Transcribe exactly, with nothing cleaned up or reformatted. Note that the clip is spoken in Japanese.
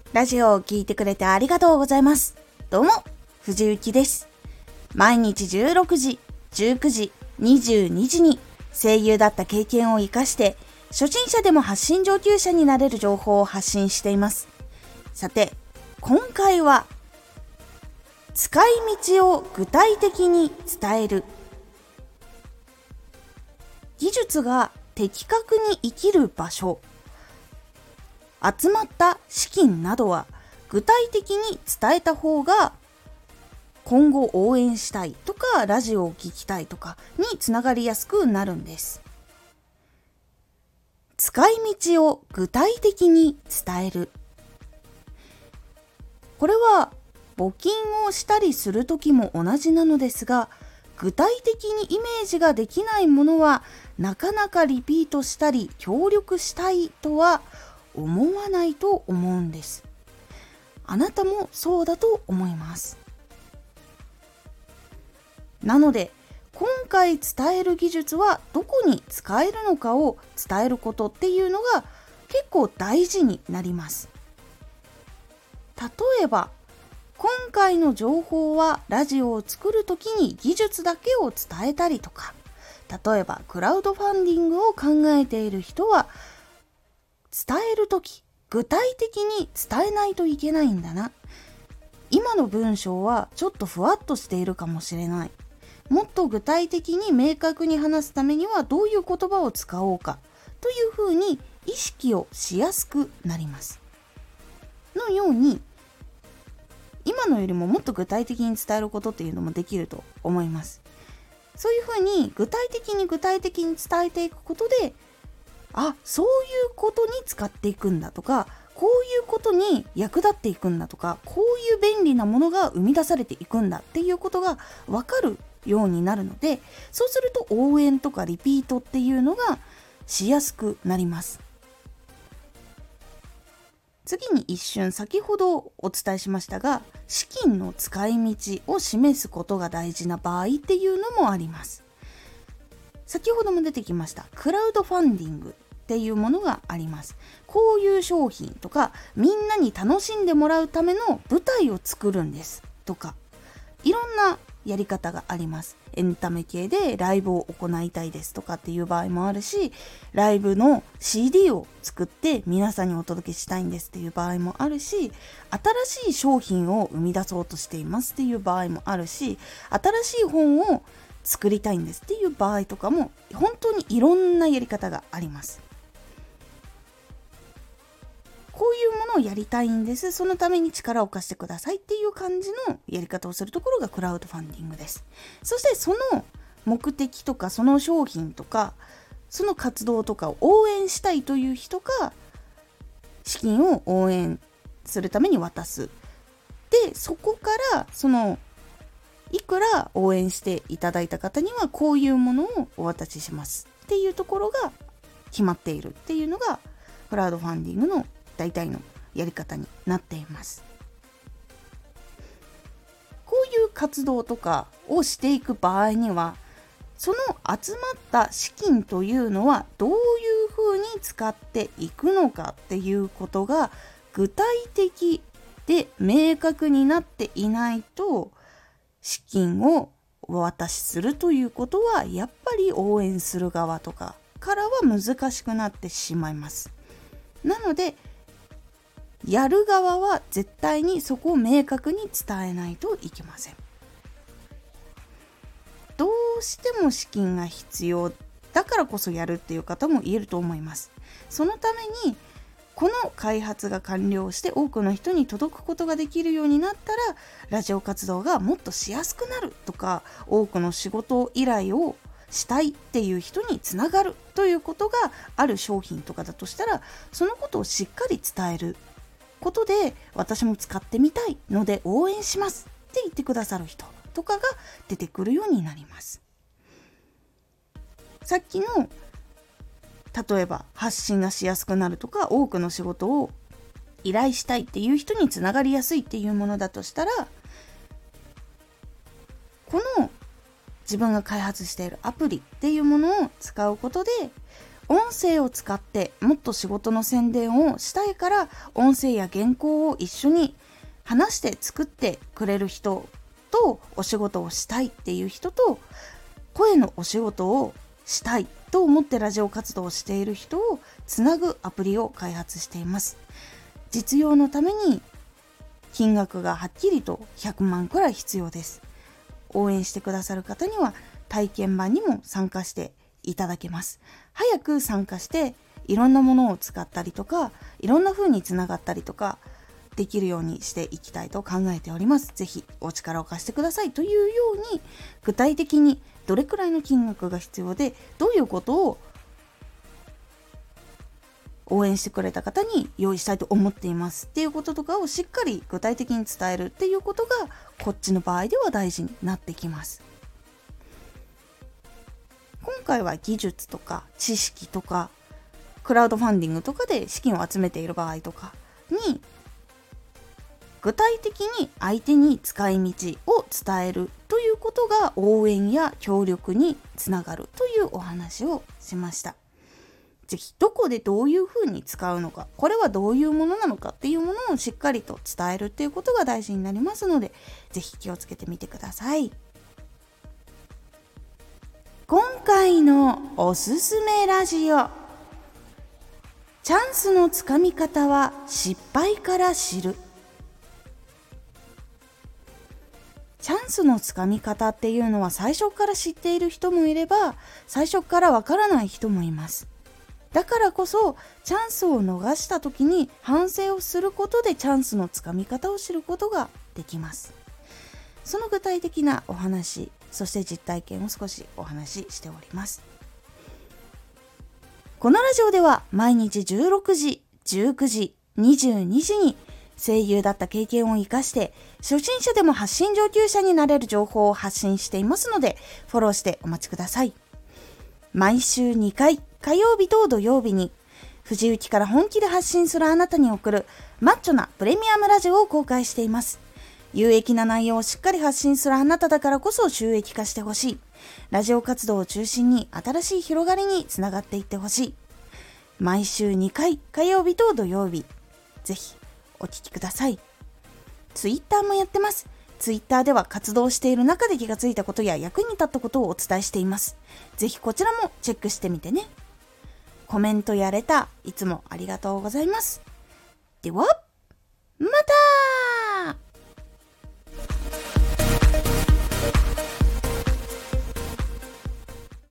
ラジオを聞いてくれてありがとうございます。どうも、藤幸です。毎日じゅうろくじ、じゅうくじ、にじゅうにじに声優だった経験を生かして、初心者でも発信上級者になれる情報を発信しています。さて、今回は、使い道を具体的に伝える。技術が的確に生きる場所。集まった資金などは具体的に伝えた方が今後応援したいとかラジオを聞きたいとかにつながりやすくなるんです。使い道を具体的に伝える。これは募金をしたりするときも同じなのですが、具体的にイメージができないものはなかなかリピートしたり協力したいとは思わないと思うんです。あなたもそうだと思います。なので今回伝える技術はどこに使えるのかを伝えることっていうのが結構大事になります。例えば今回の情報はラジオを作るときに技術だけを伝えたりとか、例えばクラウドファンディングを考えている人は伝えるとき具体的に伝えないといけないんだな。今の文章はちょっとふわっとしているかもしれない。もっと具体的に明確に話すためにはどういう言葉を使おうかというふうに意識をしやすくなります。のように今のよりももっと具体的に伝えることっていうのもできると思います。そういうふうに具体的に具体的に伝えていくことで、あ、そういうことに使っていくんだとか、こういうことに役立っていくんだとか、こういう便利なものが生み出されていくんだっていうことが分かるようになるので、そうすると応援とかリピートっていうのがしやすくなります。次に一瞬先ほどお伝えしましたが、資金の使い道を示すことが大事な場合っていうのもあります。先ほども出てきましたクラウドファンディングっていうものがあります。こういう商品とかみんなに楽しんでもらうための舞台を作るんですとか、いろんなやり方があります。エンタメ系でライブを行いたいですとかっていう場合もあるし、ライブの シーディー を作って皆さんにお届けしたいんですっていう場合もあるし、新しい商品を生み出そうとしていますっていう場合もあるし、新しい本を作りたいんですっていう場合とかも本当にいろんなやり方があります。こういうものをやりたいんです、そのために力を貸してくださいっていう感じのやり方をするところがクラウドファンディングです。そしてその目的とかその商品とかその活動とかを応援したいという人が資金を応援するために渡す。で、そこからそのいくら応援していただいた方にはこういうものをお渡ししますっていうところが決まっているっていうのがクラウドファンディングの大体のやり方になっています。こういう活動とかをしていく場合には、その集まった資金というのはどういうふうに使っていくのかっていうことが具体的で明確になっていないと、資金をお渡しするということはやっぱり応援する側とかからは難しくなってしまいます。なのでやる側は絶対にそこを明確に伝えないといけません。どうしても資金が必要だからこそやるっていう方もいると思います。そのためにこの開発が完了して多くの人に届くことができるようになったら、ラジオ活動がもっとしやすくなるとか、多くの仕事依頼をしたいっていう人につながるということがある商品とかだとしたら、そのことをしっかり伝えることで、私も使ってみたいので応援しますって言ってくださる人とかが出てくるようになります。さっきの例えば発信がしやすくなるとか、多くの仕事を依頼したいっていう人につながりやすいっていうものだとしたら、この自分が開発しているアプリっていうものを使うことで、 音声を使ってもっと仕事の宣伝をしたいから、音声や原稿を一緒に話して作ってくれる人とお仕事をしたいっていう人と、声のお仕事をしたいと思ってラジオ活動をしている人をつなぐアプリを開発しています。実用のために金額がはっきりとひゃくまんくらい必要です。応援してくださる方には体験版にも参加していただけます。早く参加していろんなものを使ったりとか、いろんな風につながったりとかできるようにしていきたいと考えております。ぜひお力を貸してくださいというように、具体的にどれくらいの金額が必要で、どういうことを応援してくれた方に用意したいと思っていますっていうこととかをしっかり具体的に伝えるっていうことが、こっちの場合では大事になってきます。今回は技術とか知識とかクラウドファンディングとかで資金を集めている場合とかに、具体的に相手に使い道を伝えるということが応援や協力につながるというお話をしました。ぜひどこでどういうふうに使うのか、これはどういうものなのかっていうものをしっかりと伝えるっていうことが大事になりますので、ぜひ気をつけてみてください。今回のおすすめラジオ、チャンスのつかみ方は失敗から知る。チャンスのつかみ方っていうのは最初から知っている人もいれば、最初からわからない人もいます。だからこそチャンスを逃した時に反省をすることでチャンスのつかみ方を知ることができます。その具体的なお話、そして実体験を少しお話ししております。このラジオでは毎日じゅうろくじ、じゅうくじ、にじゅうにじに声優だった経験を生かして初心者でも発信上級者になれる情報を発信していますので、フォローしてお待ちください。毎週にかい、火曜日と土曜日に藤雪から本気で発信するあなたに送るマッチョなプレミアムラジオを公開しています。有益な内容をしっかり発信するあなただからこそ収益化してほしい。ラジオ活動を中心に新しい広がりにつながっていってほしい。毎週にかい、火曜日と土曜日、ぜひお聞きください。ツイッターもやってます。ツイッターでは活動している中で気がついたことや役に立ったことをお伝えしています。ぜひこちらもチェックしてみてね。コメントやレター、いつもありがとうございます。では、また